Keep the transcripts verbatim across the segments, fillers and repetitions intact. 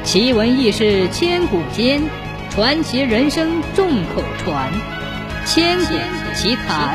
奇闻异事千古间，传奇人生众口传。千古奇谈。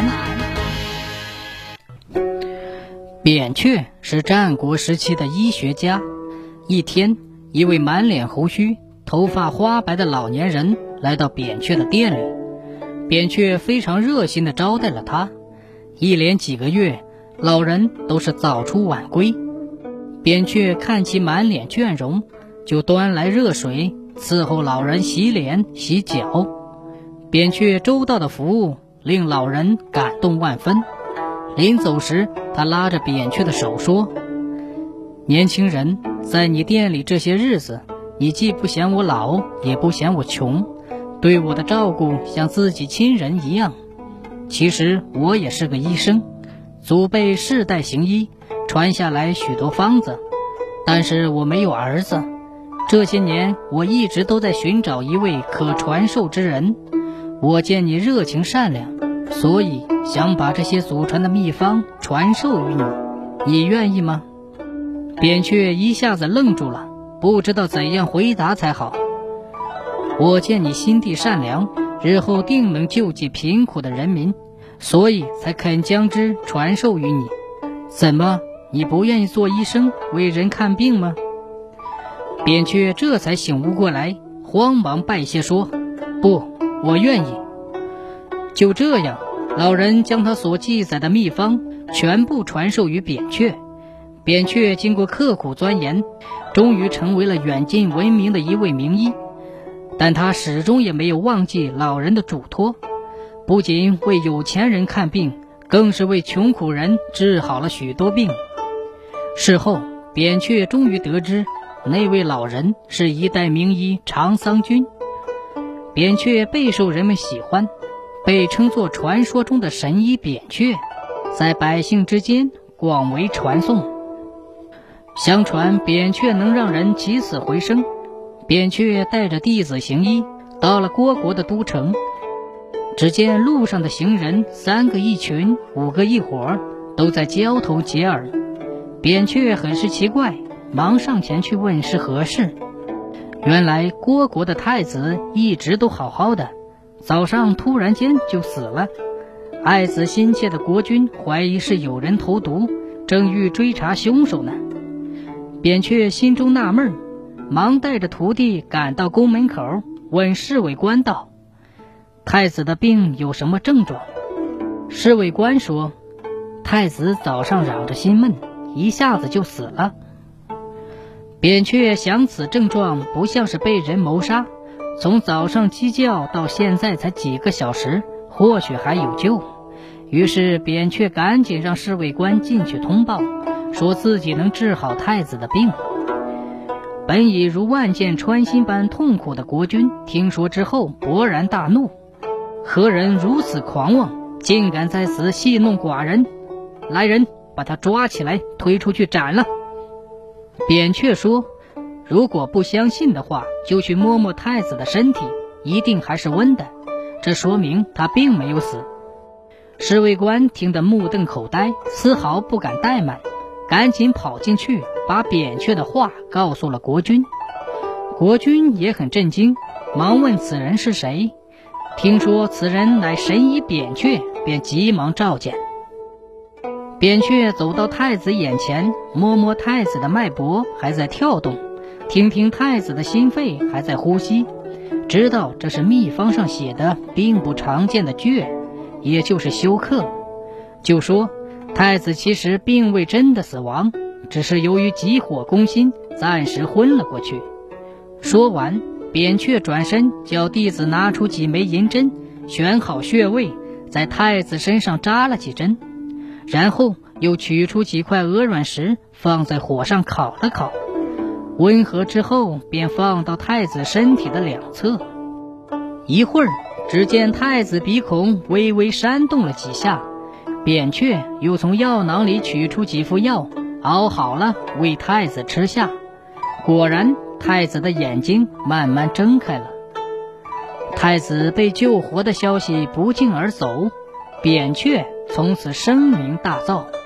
扁鹊是战国时期的医学家。一天，一位满脸胡须、头发花白的老年人来到扁鹊的店里。扁鹊非常热心地招待了他。一连几个月，老人都是早出晚归。扁鹊看其满脸倦容，就端来热水伺候老人洗脸洗脚。扁鹊周到的服务令老人感动万分。临走时，他拉着扁鹊的手说：年轻人，在你店里这些日子，你既不嫌我老，也不嫌我穷，对我的照顾像自己亲人一样。其实我也是个医生，祖辈世代行医，传下来许多方子，但是我没有儿子。这些年我一直都在寻找一位可传授之人。我见你热情善良，所以想把这些祖传的秘方传授于你，你愿意吗？扁鹊一下子愣住了，不知道怎样回答才好。我见你心地善良，日后定能救济贫苦的人民，所以才肯将之传授于你。怎么，你不愿意做医生，为人看病吗？扁鹊这才醒悟过来，慌忙拜谢说：不，我愿意。就这样，老人将他所记载的秘方全部传授于扁鹊。扁鹊经过刻苦钻研，终于成为了远近闻名的一位名医。但他始终也没有忘记老人的嘱托，不仅为有钱人看病，更是为穷苦人治好了许多病。事后，扁鹊终于得知那位老人是一代名医常桑君。扁鹊备受人们喜欢，被称作传说中的神医扁鹊，在百姓之间广为传颂。相传扁鹊能让人起死回生。扁鹊带着弟子行医，到了虢国的都城，只见路上的行人三个一群，五个一伙，都在交头接耳。扁鹊很是奇怪，忙上前去问是何事。原来虢国的太子一直都好好的，早上突然间就死了。爱子心切的国君怀疑是有人投毒，正欲追查凶手呢。扁鹊心中纳闷，忙带着徒弟赶到宫门口，问侍卫官道：太子的病有什么症状？侍卫官说：太子早上嚷着心闷，一下子就死了。扁鹊想此症状不像是被人谋杀，从早上鸡叫到现在才几个小时，或许还有救。于是扁鹊赶紧让侍卫官进去通报，说自己能治好太子的病。本已如万箭穿心般痛苦的国君听说之后勃然大怒，何人如此狂妄，竟敢在此戏弄寡人？来人，把他抓起来推出去斩了。扁鹊说：如果不相信的话，就去摸摸太子的身体，一定还是温的，这说明他并没有死。侍卫官听得目瞪口呆，丝毫不敢怠慢，赶紧跑进去，把扁鹊的话告诉了国君。国君也很震惊，忙问此人是谁。听说此人乃神医扁鹊，便急忙召见。扁鹊走到太子眼前，摸摸太子的脉搏还在跳动，听听太子的心肺还在呼吸，知道这是秘方上写的并不常见的倔，也就是休克。就说太子其实并未真的死亡，只是由于急火攻心，暂时昏了过去。说完，扁鹊转身叫弟子拿出几枚银针，选好穴位，在太子身上扎了几针，然后又取出几块鹅卵石，放在火上烤了烤，温和之后便放到太子身体的两侧。一会儿，只见太子鼻孔微微扇动了几下，扁鹊又从药囊里取出几副药，熬好了喂太子吃下。果然，太子的眼睛慢慢睁开了。太子被救活的消息不胫而走，扁鹊从此声名大噪。